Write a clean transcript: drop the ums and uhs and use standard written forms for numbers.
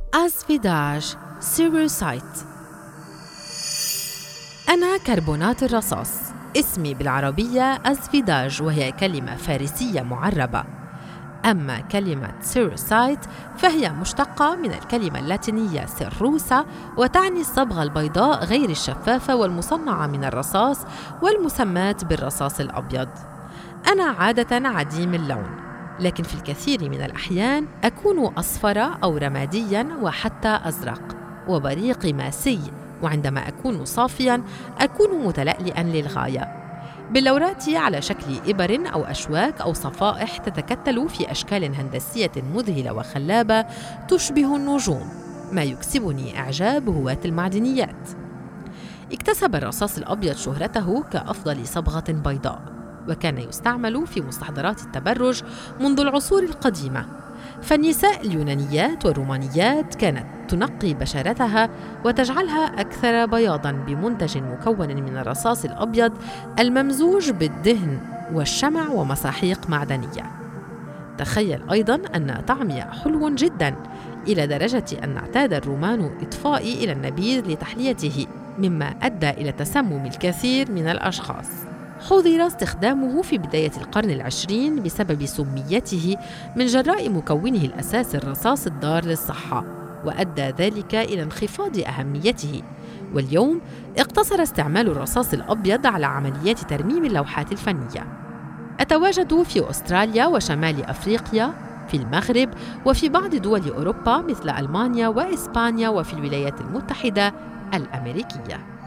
أسفيداج سيروسايت. أنا كربونات الرصاص. اسمي بالعربية أسفيداج، وهي كلمة فارسية معربة. أما كلمة سيروسايت فهي مشتقة من الكلمة اللاتينية سيروسا، وتعني الصبغة البيضاء غير الشفافة والمصنعة من الرصاص والمسماة بالرصاص الأبيض. أنا عادة عديم اللون، لكن في الكثير من الأحيان أكون أصفر أو رمادياً وحتى أزرق وبريقي ماسي، وعندما أكون صافياً أكون متلألئاً للغاية، بلوراتي على شكل إبر أو أشواك أو صفائح تتكتل في أشكال هندسية مذهلة وخلابة تشبه النجوم، ما يكسبني إعجاب هواة المعدنيات. اكتسب الرصاص الأبيض شهرته كأفضل صبغة بيضاء، وكان يستعمل في مستحضرات التبرج منذ العصور القديمة، فالنساء اليونانيات والرومانيات كانت تنقي بشرتها وتجعلها أكثر بياضاً بمنتج مكون من الرصاص الأبيض الممزوج بالدهن والشمع ومساحيق معدنية. تخيل أيضاً أن طعمي حلو جداً، إلى درجة أن اعتاد الرومان إضفائي إلى النبيذ لتحليته، مما أدى إلى تسمم الكثير من الأشخاص. حظر استخدامه في بداية القرن العشرين بسبب سميته من جراء مكونه الأساسي الرصاص الضار للصحة، وأدى ذلك إلى انخفاض أهميته. واليوم اقتصر استعمال الرصاص الأبيض على عمليات ترميم اللوحات الفنية. أتواجد في أستراليا وشمال أفريقيا، في المغرب، وفي بعض دول أوروبا مثل ألمانيا وإسبانيا، وفي الولايات المتحدة الأمريكية.